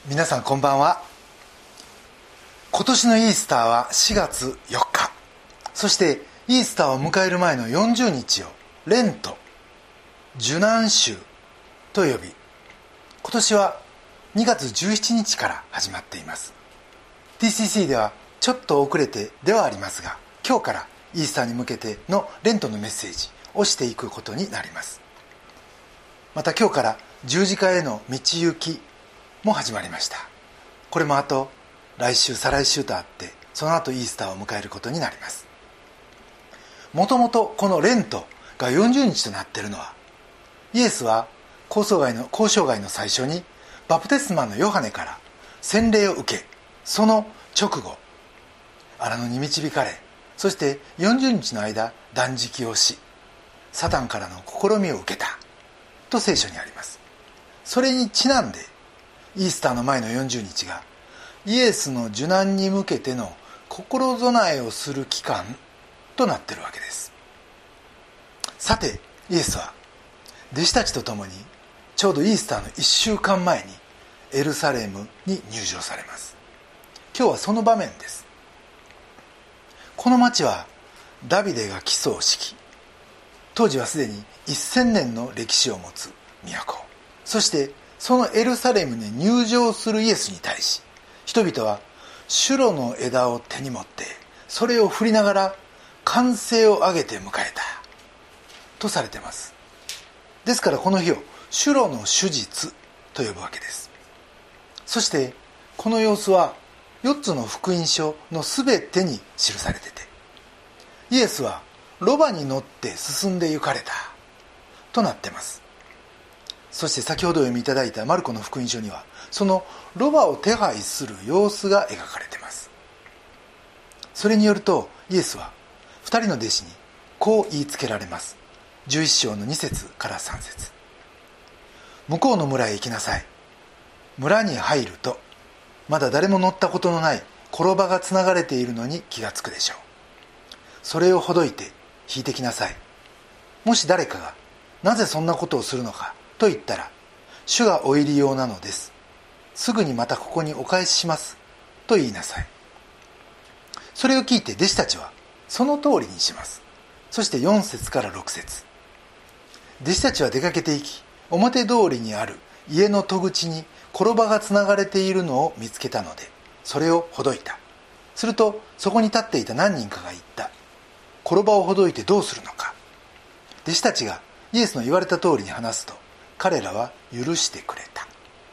皆さんこんばんは。今年のイースターは4月4日、そしてイースターを迎える前の40日をレント、受難週と呼び、今年は2月17日から始まっています。 TCC ではちょっと遅れてではありますが、今日からイースターに向けてのレントのメッセージをしていくことになります。また今日から十字架への道行きも始まりました。これもあと来週再来週とあって、その後イースターを迎えることになります。もともとこのレントが40日となっているのは、イエスは交渉外の最初にバプテスマのヨハネから洗礼を受け、その直後荒野に導かれ、そして40日の間断食をし、サタンからの試みを受けたと聖書にあります。それにちなんでイースターの前の40日がイエスの受難に向けての心備えをする期間となっているわけです。さて、イエスは弟子たちと共にちょうどイースターの1週間前にエルサレムに入場されます。今日はその場面です。この町はダビデが基礎を敷き、当時はすでに1000年の歴史を持つ都、そしてそのエルサレムに入場するイエスに対し、人々はシュロの枝を手に持ってそれを振りながら歓声を上げて迎えたとされています。ですからこの日をシュロの手術と呼ぶわけです。そしてこの様子は4つの福音書の全てに記されてて、イエスはロバに乗って進んで行かれたとなっています。そして先ほどお読みいただいたマルコの福音書には、そのロバを手配する様子が描かれています。それによるとイエスは2人の弟子にこう言いつけられます。11章の2節から3節、向こうの村へ行きなさい。村に入るとまだ誰も乗ったことのない転ばがつながれているのに気がつくでしょう。それをほどいて引いてきなさい。もし誰かがなぜそんなことをするのかと言ったら、主がお入り用なのです。すぐにまたここにお返ししますと言いなさい。それを聞いて弟子たちはその通りにします。そして4節から6節、弟子たちは出かけていき、表通りにある家の戸口に転ばがつながれているのを見つけたので、それをほどいた。するとそこに立っていた何人かが言った。転ばをほどいてどうするのか。弟子たちがイエスの言われた通りに話すと、彼らは許してくれた。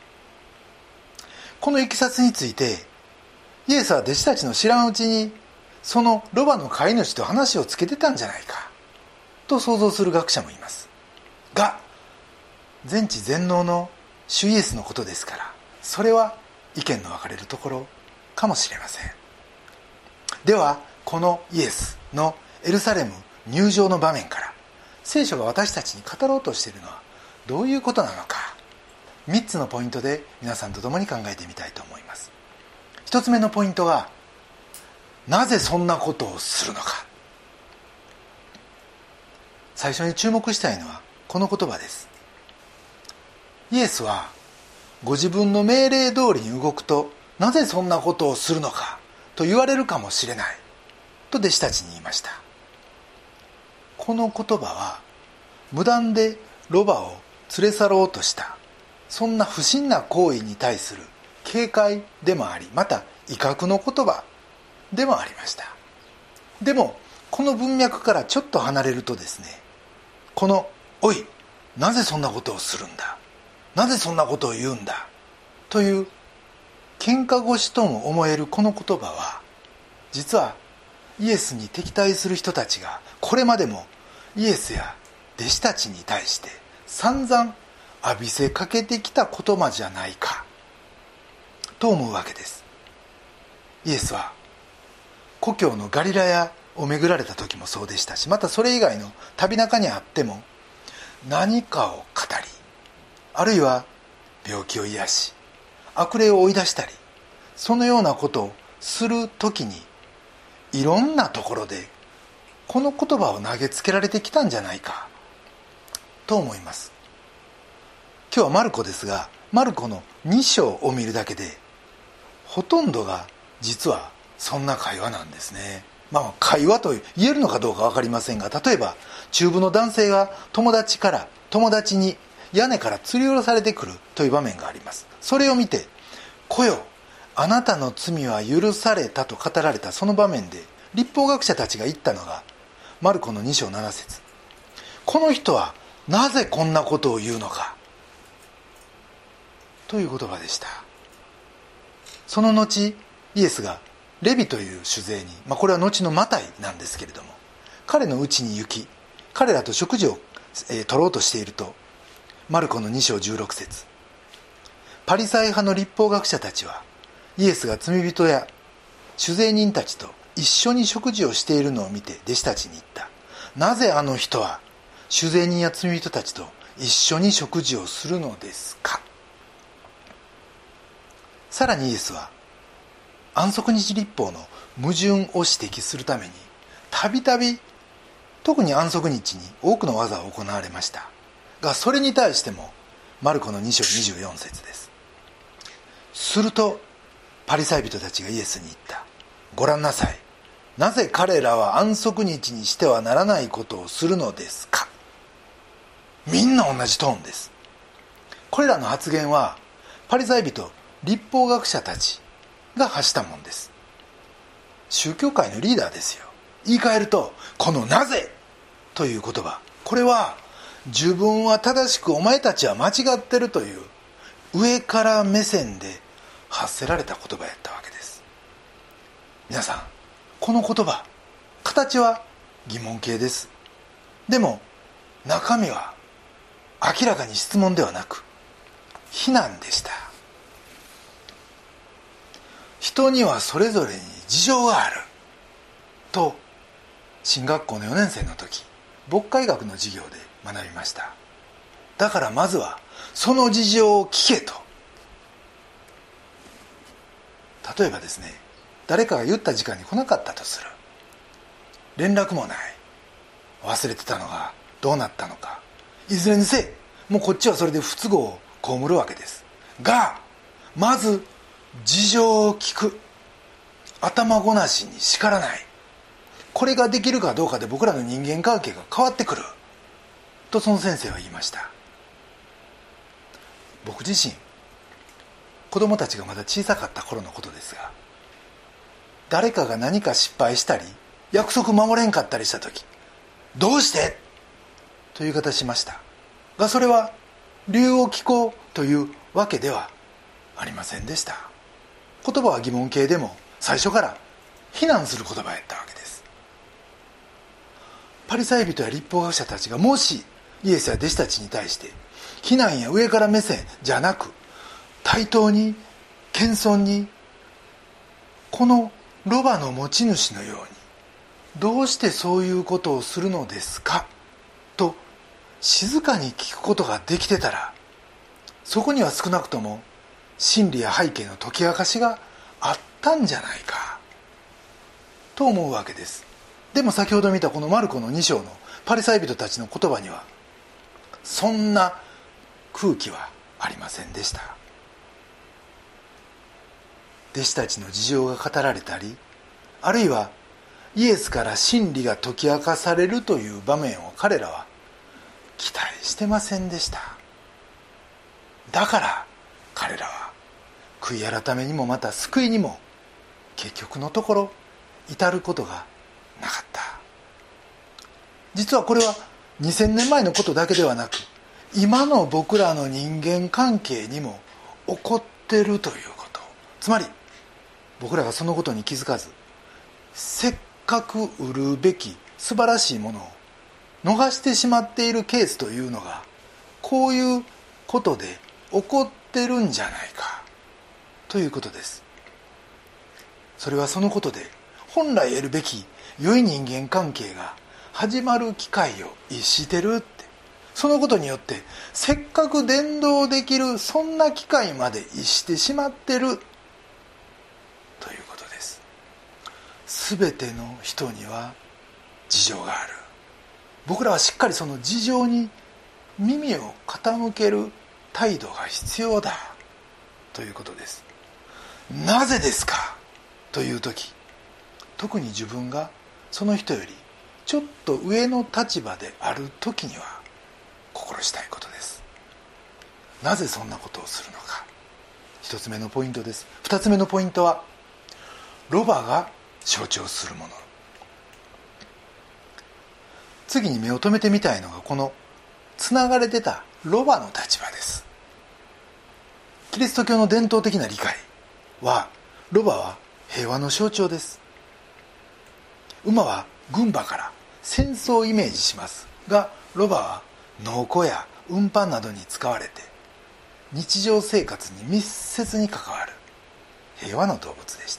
このいきさつについて、イエスは弟子たちの知らんうちにそのロバの飼い主と話をつけてたんじゃないかと想像する学者もいます。が、全知全能の主イエスのことですから、それは意見の分かれるところかもしれません。ではこのイエスのエルサレム入場の場面から聖書が私たちに語ろうとしているのはどういうことなのか、3つのポイントで皆さんと共に考えてみたいと思います。1つ目のポイントは、なぜそんなことをするのか。最初に注目したいのはこの言葉です。イエスはご自分の命令通りに動くと、なぜそんなことをするのかと言われるかもしれないと弟子たちに言いました。この言葉は無断でロバを連れ去ろうとした、そんな不審な行為に対する警戒でもあり、また威嚇の言葉でもありました。でもこの文脈からちょっと離れるとですね、このおい、なぜそんなことをするんだ、なぜそんなことを言うんだという喧嘩腰とも思えるこの言葉は、実はイエスに敵対する人たちがこれまでもイエスや弟子たちに対して散々浴びせかけてきた言葉じゃないかと思うわけです。イエスは故郷のガリラヤを巡られた時もそうでしたし、またそれ以外の旅中にあっても、何かを語り、あるいは病気を癒し、悪霊を追い出したり、そのようなことをする時にいろんなところでこの言葉を投げつけられてきたんじゃないかと思います。今日はマルコですが、 マルコの2章を見るだけでほとんどが実はそんな会話なんですね。会話と言えるのかどうか分かりませんが、例えば中部の男性が友達に屋根から吊り下ろされてくるという場面があります。それを見て、来よ、あなたの罪は許されたと語られたその場面で律法学者たちが言ったのがマルコの2章7節、この人はなぜこんなことを言うのかという言葉でした。その後イエスがレビという酒税に、これは後のマタイなんですけれども、彼の家に行き彼らと食事を取ろうとしていると、マルコの2章16節、パリサイ派の律法学者たちはイエスが罪人や酒税人たちと一緒に食事をしているのを見て弟子たちに言った。なぜあの人は酒税人や罪人たちと一緒に食事をするのですか。さらにイエスは安息日律法の矛盾を指摘するためにたびたび特に安息日に多くの技を行われましたが、それに対してもマルコの2章24節です。するとパリサイ人たちがイエスに言った。ご覧なさい、なぜ彼らは安息日にしてはならないことをするのですか。みんな同じトーンです。これらの発言はパリサイ人律法学者たちが発したものです。宗教界のリーダーですよ。言い換えると、このなぜという言葉、これは自分は正しくお前たちは間違ってるという上から目線で発せられた言葉やったわけです。皆さん、この言葉、形は疑問形です。でも中身は明らかに質問ではなく非難でした。人にはそれぞれに事情があると進学校の4年生の時、牧会学の授業で学びました。だからまずはその事情を聞けと。例えばですね、誰かが言った時間に来なかったとする。連絡もない。忘れてたのがどうなったのか。いずれにせ、もうこっちはそれで不都合を被るわけです。が、まず事情を聞く。頭ごなしに叱らない。これができるかどうかで僕らの人間関係が変わってくるとその先生は言いました。僕自身、子供たちがまだ小さかった頃のことですが、誰かが何か失敗したり約束守れんかったりした時、どうしてという言い方しましたが、それは理由を聞こうというわけではありませんでした。言葉は疑問形でも最初から非難する言葉やったわけです。パリサイ人や律法学者たちがもしイエスや弟子たちに対して非難や上から目線じゃなく、対等に謙遜に、このロバの持ち主のように、どうしてそういうことをするのですかと静かに聞くことができてたら、そこには少なくとも真理や背景の解き明かしがあったんじゃないかと思うわけです。でも先ほど見たこのマルコの2章のパリサイ人たちの言葉にはそんな空気はありませんでした。弟子たちの事情が語られたり、あるいはイエスから真理が解き明かされるという場面を彼らは期待してませんでした。だから彼らは悔い改めにもまた救いにも結局のところ至ることがなかった。実はこれは2000年前のことだけではなく、今の僕らの人間関係にも起こっているということ。つまり僕らがそのことに気づかず、せっかく売るべき素晴らしいものを逃してしまっているケースというのが、こういうことで起こってるんじゃないかということです。それはそのことで本来得るべき良い人間関係が始まる機会を逸してるって、そのことによってせっかく伝道できるそんな機会まで逸してしまってるということです。すべての人には事情がある。僕らはしっかりその事情に耳を傾ける態度が必要だということです。なぜですかという時、特に自分がその人よりちょっと上の立場である時には心したいことです。なぜそんなことをするのか。一つ目のポイントです。二つ目のポイントは、ロバが象徴するもの。次に目を留めてみたいのが、このつながれてたロバの立場です。キリスト教の伝統的な理解は、ロバは平和の象徴です。馬は軍馬から戦争をイメージしますが、ロバは農耕や運搬などに使われて日常生活に密接に関わる平和の動物でした。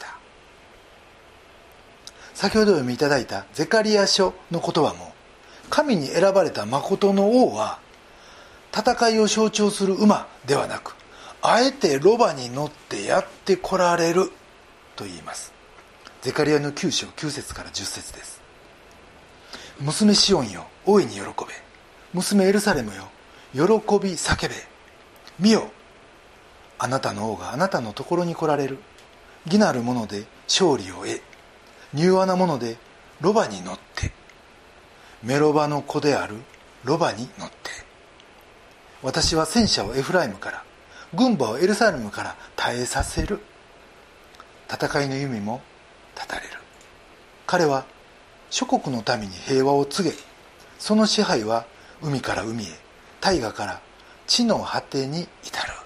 先ほどお読みいただいたゼカリヤ書の言葉も、神に選ばれた誠の王は戦いを象徴する馬ではなく、あえてロバに乗ってやって来られると言います。ゼカリヤの9章9節から10節です。娘シオンよ、大いに喜べ。娘エルサレムよ、喜び叫べ。見よ、あなたの王があなたのところに来られる。義なるもので勝利を得、柔和なものでロバに乗って、メロバの子であるロバに乗って。私は戦車をエフライムから、軍馬をエルサレムから耐えさせる。戦いの弓も断たれる。彼は諸国の民に平和を告げ、その支配は海から海へ、大河から地の果てに至る。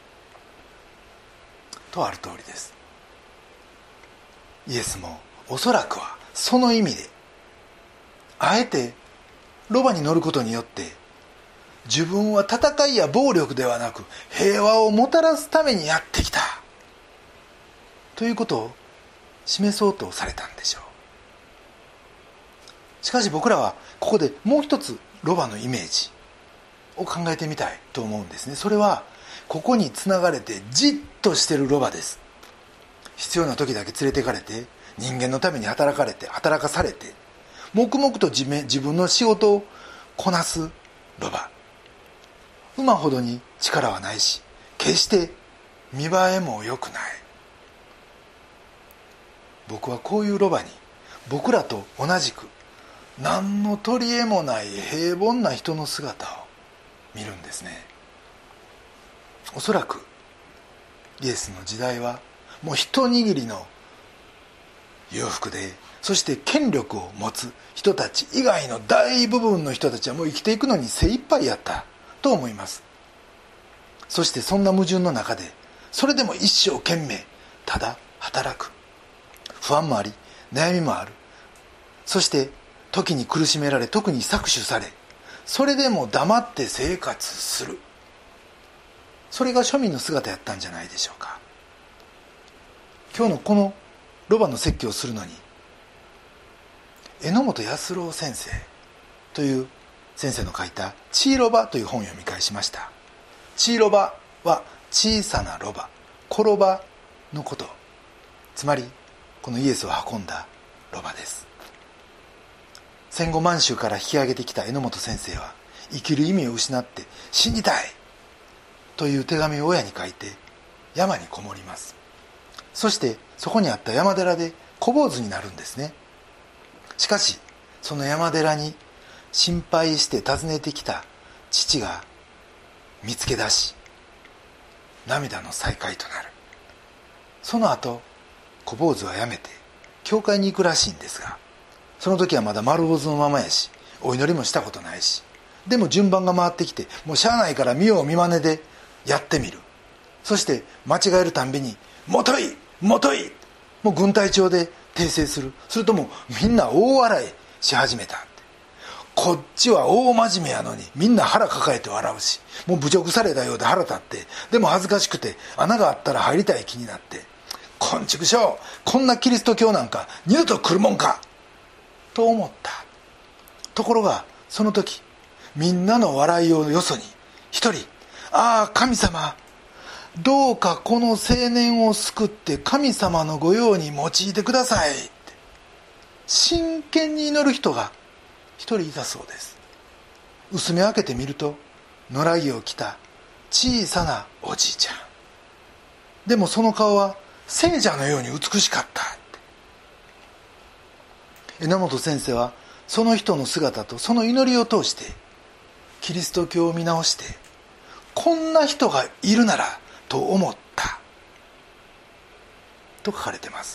とある通りです。イエスもおそらくはその意味で、あえてロバに乗ることによって、自分は戦いや暴力ではなく平和をもたらすためにやってきたということを示そうとされたんでしょう。しかし僕らはここでもう一つロバのイメージを考えてみたいと思うんですね。それはここにつながれてじっとしてるロバです。必要な時だけ連れて行かれて、人間のために働かされて、黙々と自分の仕事をこなすロバ。馬ほどに力はないし、決して見栄えも良くない。僕はこういうロバに、僕らと同じく何の取り柄もない平凡な人の姿を見るんですね。おそらくイエスの時代はもう一握りの裕福で、そして権力を持つ人たち以外の大部分の人たちはもう生きていくのに精一杯やったと思います。そしてそんな矛盾の中で、それでも一生懸命ただ働く。不安もあり、悩みもある。そして時に苦しめられ、特に搾取され、それでも黙って生活する。それが庶民の姿やったんじゃないでしょうか。今日のこのロバの説教をするのに、榎本康郎先生という先生の書いたチーロバという本を読み返しました。チーロバは小さなロバ、コロバのこと。つまりこのイエスを運んだロバです。戦後満州から引き上げてきた榎本先生は、生きる意味を失って死にたいという手紙を親に書いて山にこもります。そしてそこにあった山寺で小坊主になるんですね。しかしその山寺に心配して訪ねてきた父が見つけ出し、涙の再会となる。その後小坊主はやめて教会に行くらしいんですが、その時はまだ丸坊主のままやし、お祈りもしたことないし、でも順番が回ってきて、もうしゃあないから見よう見まねでやってみる。そして間違えるたんびにもといもとい、もう軍隊長で訂正する。するともうみんな大笑いし始めた。こっちは大真面目やのにみんな腹抱えて笑うし、もう侮辱されたようで腹立って、でも恥ずかしくて穴があったら入りたい気になって、こんちくしょう、こんなキリスト教なんか二度と来るもんかと思った。ところがその時、みんなの笑いをよそに一人、ああ神様、どうかこの青年を救って神様の御用に用いてくださいって真剣に祈る人が一人いたそうです。薄目開けてみると、野良着を着た小さなおじいちゃん。でもその顔は聖者のように美しかった。榎本先生はその人の姿とその祈りを通してキリスト教を見直して、こんな人がいるならと思ったと書かれています。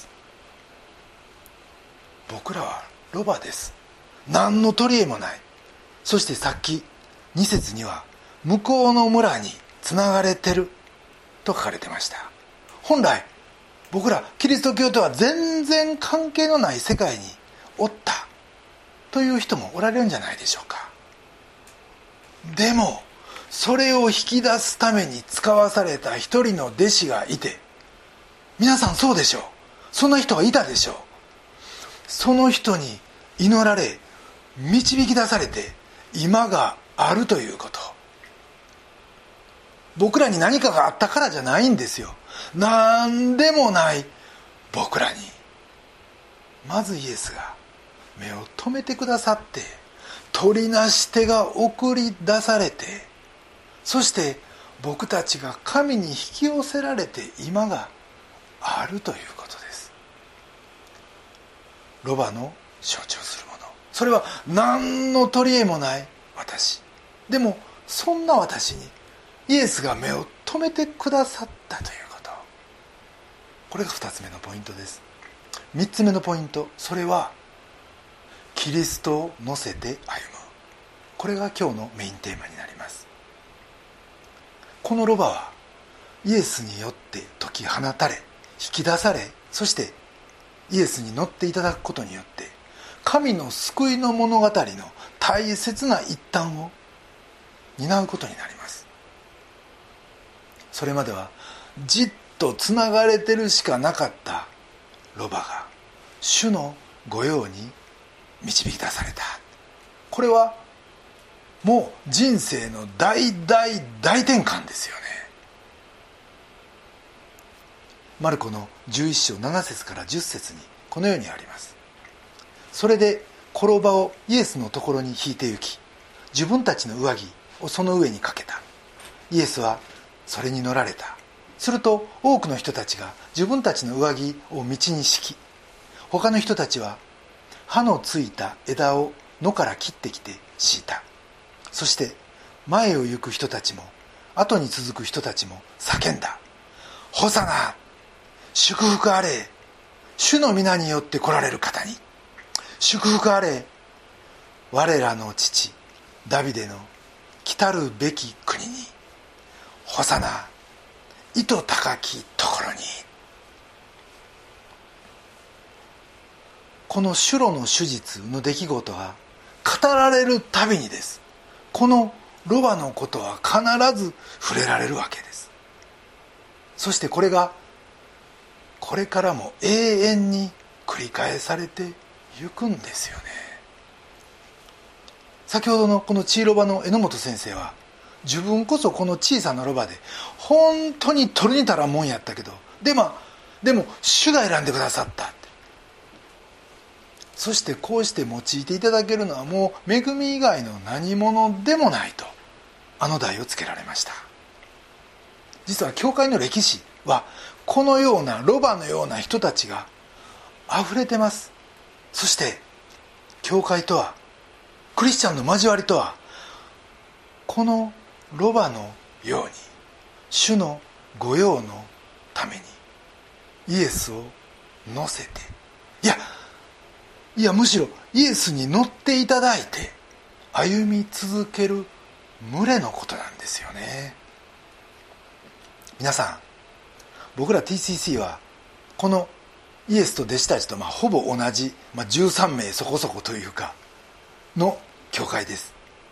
僕らはロバです。何の取り柄もない。そしてさっき2節には向こうの村につながれてると書かれてました。本来僕らキリスト教とは全然関係のない世界におったという人もおられるんじゃないでしょうか。でもそれを引き出すために使わされた一人の弟子がいて、皆さんそうでしょう。そんな人がいたでしょう。その人に祈られ導き出されて今があるということ。僕らに何かがあったからじゃないんですよ。なんでもない僕らにまずイエスが目を留めてくださって、取りなし手が送り出されて、そして僕たちが神に引き寄せられて今があるということです。ロバの象徴するもの、それは何の取り柄もない私。でもそんな私にイエスが目を留めてくださったということ、これが2つ目のポイントです。3つ目のポイント、それはキリストを乗せて歩む。これが今日のメインテーマになります。このロバはイエスによって解き放たれ引き出され、そしてイエスに乗っていただくことによって神の救いの物語の大切な一端を担うことになります。それまではじっとつながれてるしかなかったロバが主の御用に導き出された。これはもう人生の大大大転換ですよね。マルコの11章7節から10節にこのようにあります。それで転ばをイエスのところに引いて行き、自分たちの上着をその上にかけた。イエスはそれに乗られた。すると多くの人たちが自分たちの上着を道に敷き、他の人たちは刃のついた枝を野から切ってきて敷いた。そして前を行く人たちも後に続く人たちも叫んだ。ホサナ、祝福あれ、主の皆によって来られる方に祝福あれ。我らの父ダビデの来たるべき国にホサナ、糸高きところに。このシュロの手術の出来事が語られるたびにです、このロバのことは必ず触れられるわけです。そしてこれがこれからも永遠に繰り返されていくんですよね。先ほどのこのチーロバの榎本先生は、自分こそこの小さなロバで本当に取るに足らんもんやったけど、でも主が選んでくださったって。そしてこうして用いていただけるのはもう恵み以外の何者でもないとあの題をつけられました。実は教会の歴史はこのようなロバのような人たちがあふれてます。そして教会とは、クリスチャンの交わりとは、このロバのように主の御用のためにイエスを乗せて、いやむしろイエスに乗っていただいて歩み続ける群れのことなんですよね。皆さん、僕ら TCC はこのイエスと弟子たちとほぼ同じ、13名そこそこというかの教会です。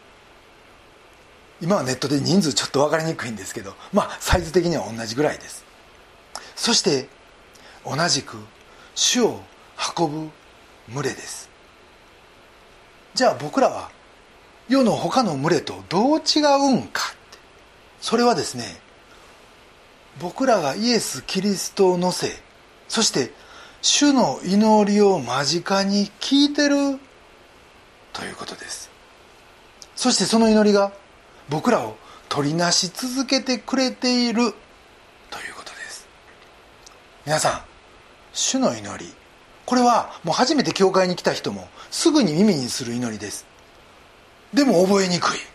今はネットで人数ちょっと分かりにくいんですけど、サイズ的には同じぐらいです。そして同じく主を運ぶ群れです。じゃあ僕らは世の他の群れとどう違うんかって、それはですね、僕らがイエス・キリストを乗せ、そして主の祈りを間近に聞いてるということです。そしてその祈りが僕らを取りなし続けてくれているということです。皆さん、主の祈り、これはもう初めて教会に来た人もすぐに耳にする祈りです。でも覚えにくい。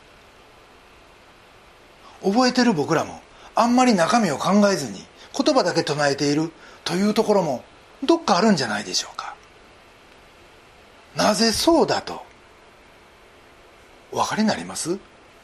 覚えてる僕らもあんまり中身を考えずに言葉だけ唱えているというところもどっかあるんじゃないでしょうか。なぜそうだとお分かりになります？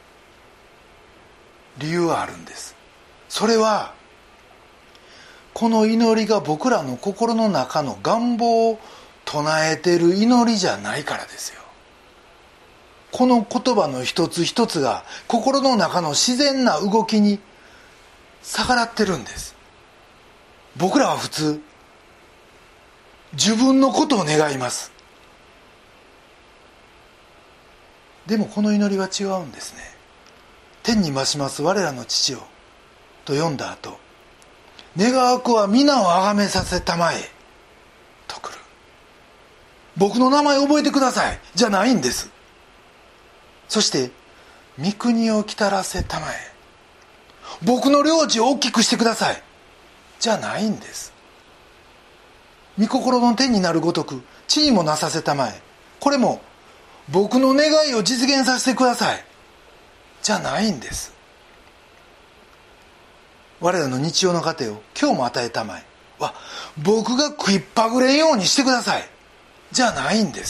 理由はあるんです。それはこの祈りが僕らの心の中の願望を唱えている祈りじゃないからですよ。この言葉の一つ一つが心の中の自然な動きに逆らってるんです。僕らは普通自分のことを願います。でもこの祈りは違うんですね。天に増します我らの父をと読んだ後、願わくは皆をあがめさせたまえとくる。僕の名前覚えてくださいじゃないんです。そして御国を来たらせたまえ、僕の領地を大きくしてくださいじゃないんです。御心の天になるごとく地にもなさせたまえ、これも僕の願いを実現させてくださいじゃないんです。我らの日常の糧を今日も与えたまえは僕が食いっぱぐれんようにしてくださいじゃないんです。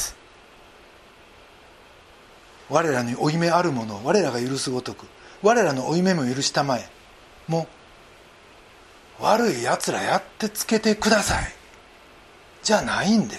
我らに負い目あるものを我らが許すごとく我らの負い目も許したまえ、もう悪いやつらやってつけてくださいじゃないんです。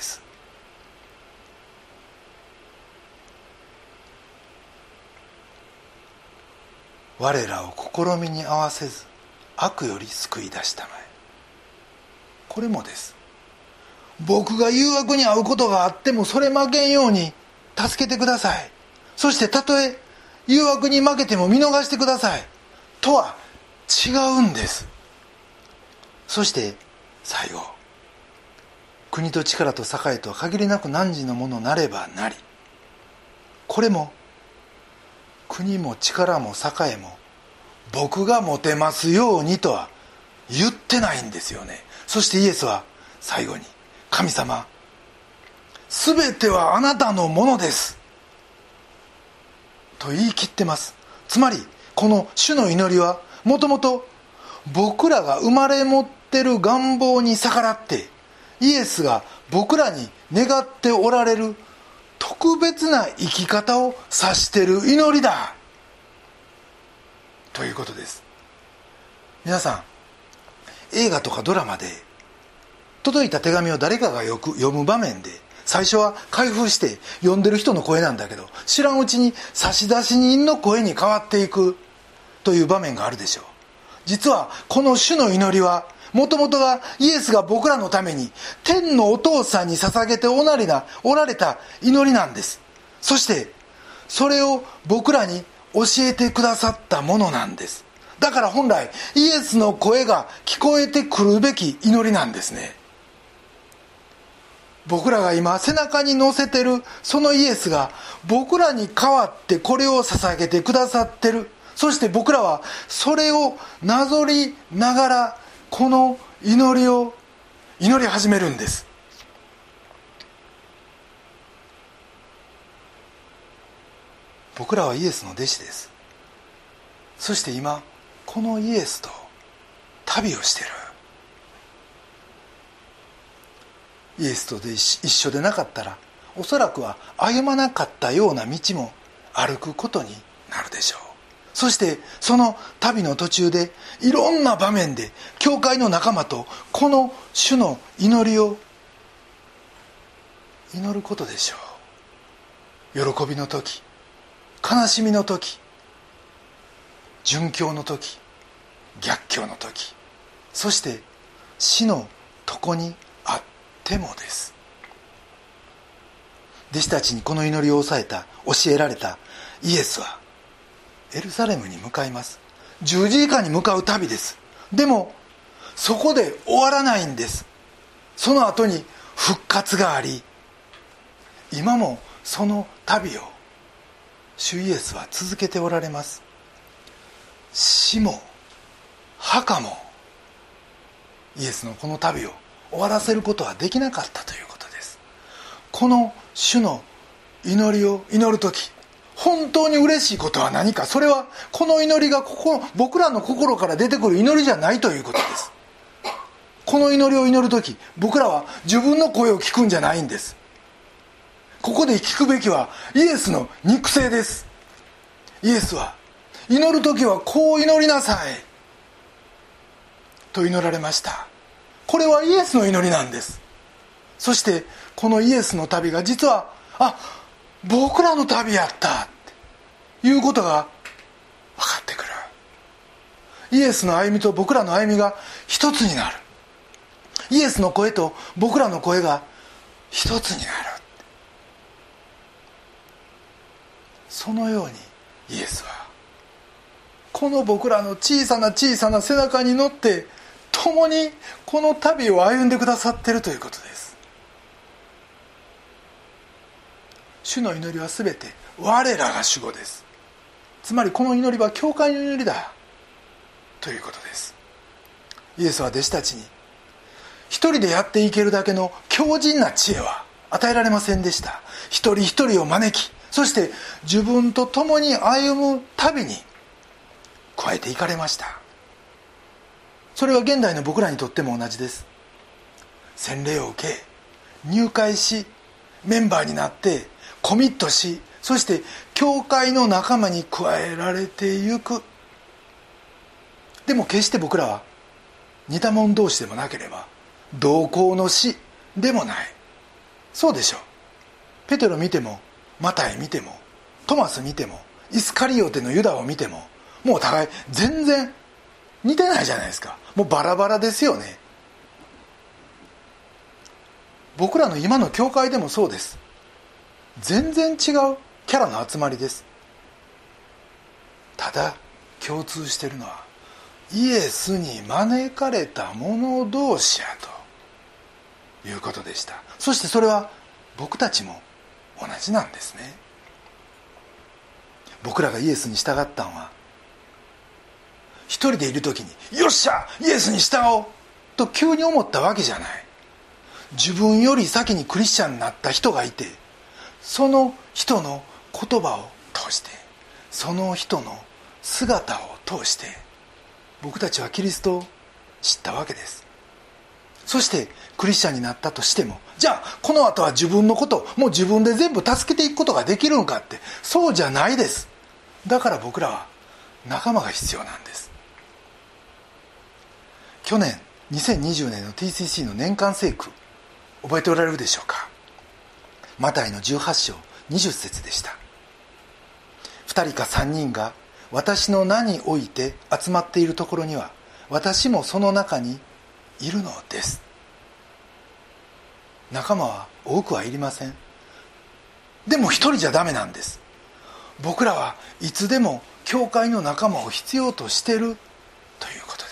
我らを試みに合わせず悪より救い出したまえ、これもです。僕が誘惑に遭うことがあってもそれ負けんように助けてください、そしてたとえ誘惑に負けても見逃してくださいとは違うんです。そして最後、国と力と栄とは限りなく汝のものなればなり、これも国も力も栄も僕が持てますようにとは言ってないんですよね。そしてイエスは最後に、神様すべてはあなたのものですと言い切ってます。つまりこの主の祈りはもともと僕らが生まれ持ってる願望に逆らってイエスが僕らに願っておられる特別な生き方を指している祈りだということです。皆さん、映画とかドラマで届いた手紙を誰かがよく読む場面で、最初は開封して読んでる人の声なんだけど、知らんうちに差出人の声に変わっていくという場面があるでしょう。実はこの主の祈りはもともとがイエスが僕らのために天のお父さんに捧げておられた祈りなんです。そしてそれを僕らに教えてくださったものなんです。だから本来イエスの声が聞こえてくるべき祈りなんですね。僕らが今背中に乗せてるそのイエスが僕らに代わってこれを捧げてくださってる。そして僕らはそれをなぞりながらこの祈りを祈り始めるんです。僕らはイエスの弟子です。そして今このイエスと旅をしている。イエスと一緒でなかったらおそらくは歩まなかったような道も歩くことになるでしょう。そしてその旅の途中でいろんな場面で教会の仲間とこの主の祈りを祈ることでしょう。喜びの時、悲しみの時、殉教の時、逆境の時、そして死の床にあってもです。弟子たちにこの祈りを教えられたイエスはエルサレムに向かいます。十字架に向かう旅です。でもそこで終わらないんです。その後に復活があり、今もその旅を主イエスは続けておられます。 死も墓もイエスのこの旅を終わらせることはできなかったということです。この主の祈りを祈るとき、本当に嬉しいことは何か、それはこの祈りが僕らの心から出てくる祈りじゃないということです。この祈りを祈るとき、僕らは自分の声を聞くんじゃないんです。ここで聞くべきはイエスの肉声です。イエスは祈るときはこう祈りなさいと祈られました。これはイエスの祈りなんです。そしてこのイエスの旅が実は僕らの旅やったっていうことが分かってくる。イエスの歩みと僕らの歩みが一つになる。イエスの声と僕らの声が一つになる。そのようにイエスはこの僕らの小さな小さな背中に乗って共にこの旅を歩んでくださっているということです。主の祈りはすべて我らが主語です。つまりこの祈りは教会の祈りだということです。イエスは弟子たちに一人でやっていけるだけの強靭な知恵は与えられませんでした。一人一人を招き、そして自分と共に歩む旅に加えていかれました。それは現代の僕らにとっても同じです。洗礼を受け、入会し、メンバーになってコミットし、そして教会の仲間に加えられていく。でも決して僕らは似た者同士でもなければ同行の死でもない。そうでしょう。ペテロ見てもマタイ見てもトマス見てもイスカリオテのユダを見ても、もうお互い全然似てないじゃないですか。もうバラバラですよね。僕らの今の教会でもそうです。全然違うキャラの集まりです。ただ共通しているのはイエスに招かれた者同士やということでした。そしてそれは僕たちも同じなんですね。僕らがイエスに従ったのは一人でいる時によっしゃイエスに従おうと急に思ったわけじゃない。自分より先にクリスチャンになった人がいて、その人の言葉を通して、その人の姿を通して僕たちはキリストを知ったわけです。そしてクリスチャンになったとしても、じゃあこの後は自分のこともう自分で全部助けていくことができるのかって、そうじゃないです。だから僕らは仲間が必要なんです。去年2020年の TCC の年間聖句、覚えておられるでしょうか。マタイの18章20節でした。2人か3人が私の名において集まっているところには私もその中にいるのです。仲間は多くはいりません。でも一人じゃダメなんです。僕らはいつでも教会の仲間を必要としているということです。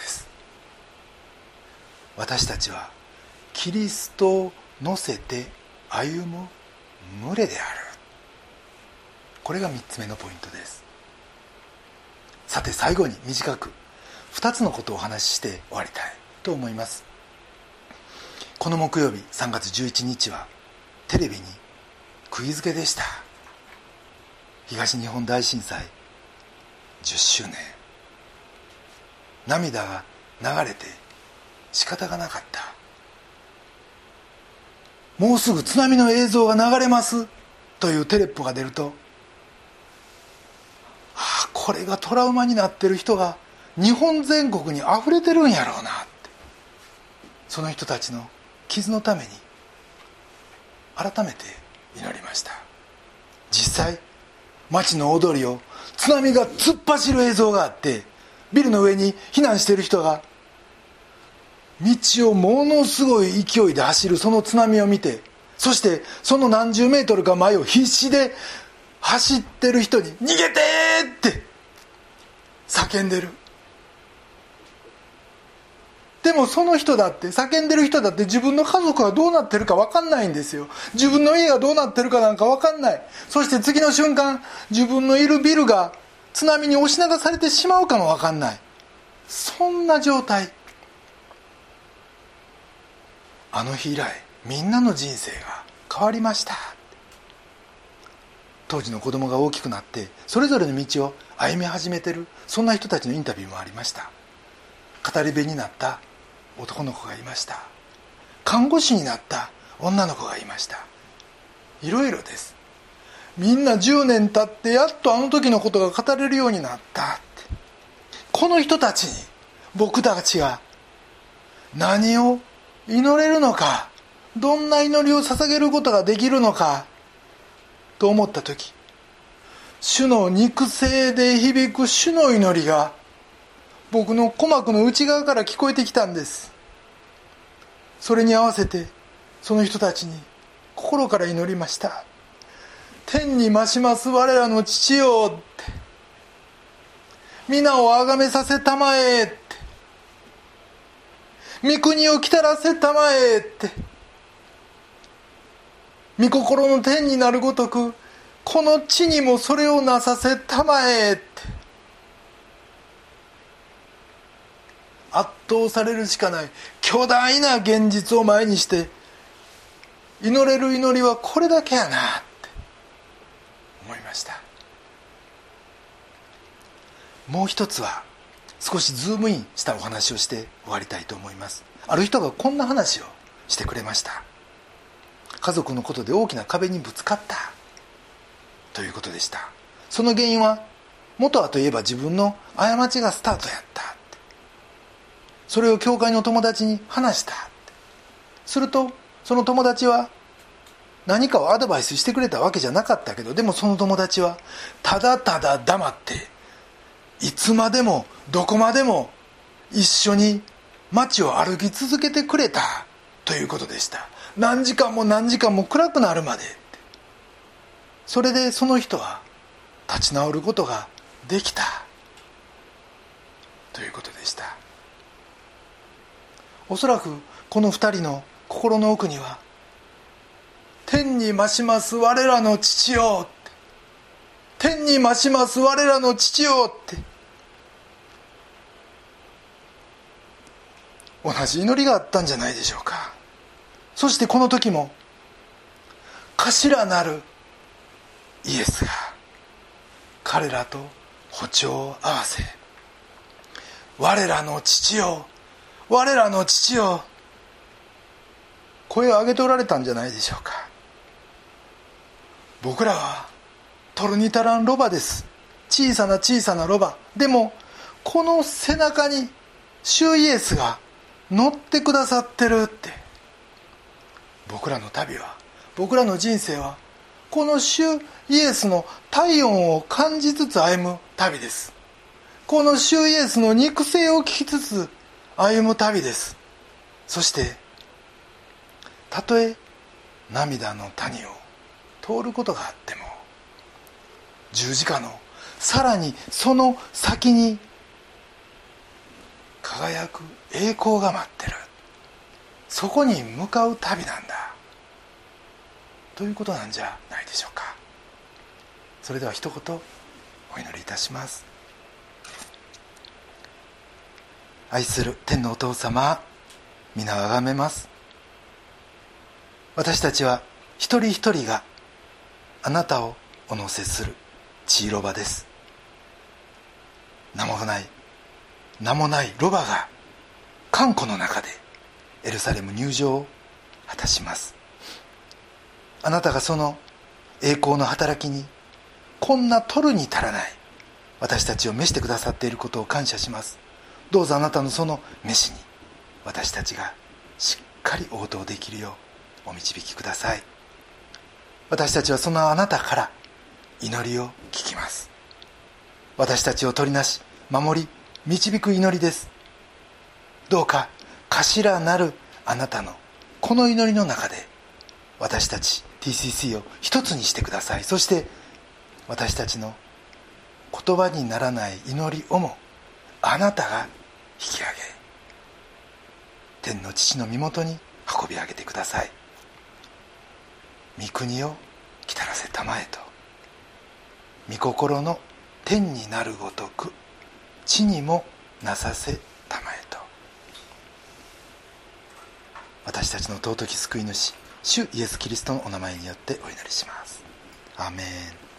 私たちはキリストを乗せて歩む群れである。これが3つ目のポイントです。さて最後に短く2つのことをお話しして終わりたいと思います。この木曜日3月11日はテレビに釘付けでした。東日本大震災10周年。涙が流れて仕方がなかった。もうすぐ津波の映像が流れますというテレポが出ると、これがトラウマになってる人が日本全国にあふれてるんやろうなって、その人たちの傷のために改めて祈りました。実際街の大通りを津波が突っ走る映像があって、ビルの上に避難している人が道をものすごい勢いで走るその津波を見て、そしてその何十メートルか前を必死で走ってる人に逃げてって叫んでる。でもその人だって、叫んでる人だって自分の家族がどうなってるか分かんないんですよ。自分の家がどうなってるかなんか分かんない。そして次の瞬間、自分のいるビルが津波に押し流されてしまうかもわかんない、そんな状態。あの日以来みんなの人生が変わりました。当時の子供が大きくなってそれぞれの道を歩み始めてる、そんな人たちのインタビューもありました。語り部になった男の子がいました。看護師になった女の子がいました。いろいろです。みんな10年経ってやっとあの時のことが語れるようになったって。この人たちに僕たちが何を祈れるのか、どんな祈りを捧げることができるのかと思った時、主の肉声で響く主の祈りが僕の鼓膜の内側から聞こえてきたんです。それに合わせてその人たちに心から祈りました。天に増します我らの父よって、皆をあがめさせたまえって、御国を来たらせたまえって、御心の天になるごとくこの地にもそれをなさせたまえって、圧倒されるしかない巨大な現実を前にして祈れる祈りはこれだけやなって思いました。もう一つは少しズームインしたお話をして終わりたいと思います。ある人がこんな話をしてくれました。家族のことで大きな壁にぶつかったということでした。その原因は元はといえば自分の過ちがスタートやった。それを教会の友達に話した。するとその友達は何かをアドバイスしてくれたわけじゃなかったけど、でもその友達はただただ黙っていつまでもどこまでも一緒に街を歩き続けてくれたということでした。何時間も何時間も暗くなるまで。それでその人は立ち直ることができたということでした。おそらくこの二人の心の奥には、天に増します我らの父よって、天に増します我らの父よって同じ祈りがあったんじゃないでしょうか。そしてこの時も頭なるイエスが彼らと歩調を合わせ、我らの父よ我らの父よ、声を上げておられたんじゃないでしょうか。僕らは取るに足らんロバです。小さな小さなロバ。でもこの背中に主イエスが乗ってくださってるって。僕らの旅は、僕らの人生はこの主イエスの体温を感じつつ歩む旅です。この主イエスの肉声を聞きつつ歩む旅です。そしてたとえ涙の谷を通ることがあっても、十字架のさらにその先に輝く栄光が待ってる、そこに向かう旅なんだということなんじゃないでしょうか。それでは一言お祈りいたします。愛する天のお父様、皆をあがめます。私たちは一人一人があなたをお乗せする地ロバです。名もないロバが寒湖の中でエルサレム入場を果たします。あなたがその栄光の働きにこんな取るに足らない私たちを召してくださっていることを感謝します。どうぞあなたのその召しに私たちがしっかり応答できるようお導きください。私たちはそのあなたから祈りを聞きます。私たちを取りなし守り導く祈りです。どうか頭なるあなたのこの祈りの中で私たち TCC を一つにしてください。そして私たちの言葉にならない祈りをもあなたが引き上げ、天の父の身元に運び上げてください。御国を来たらせたまえと御心の天になるごとく地にもなさせたまえと。私たちの尊き救い主、主イエス・キリストのお名前によってお祈りします。アーメン。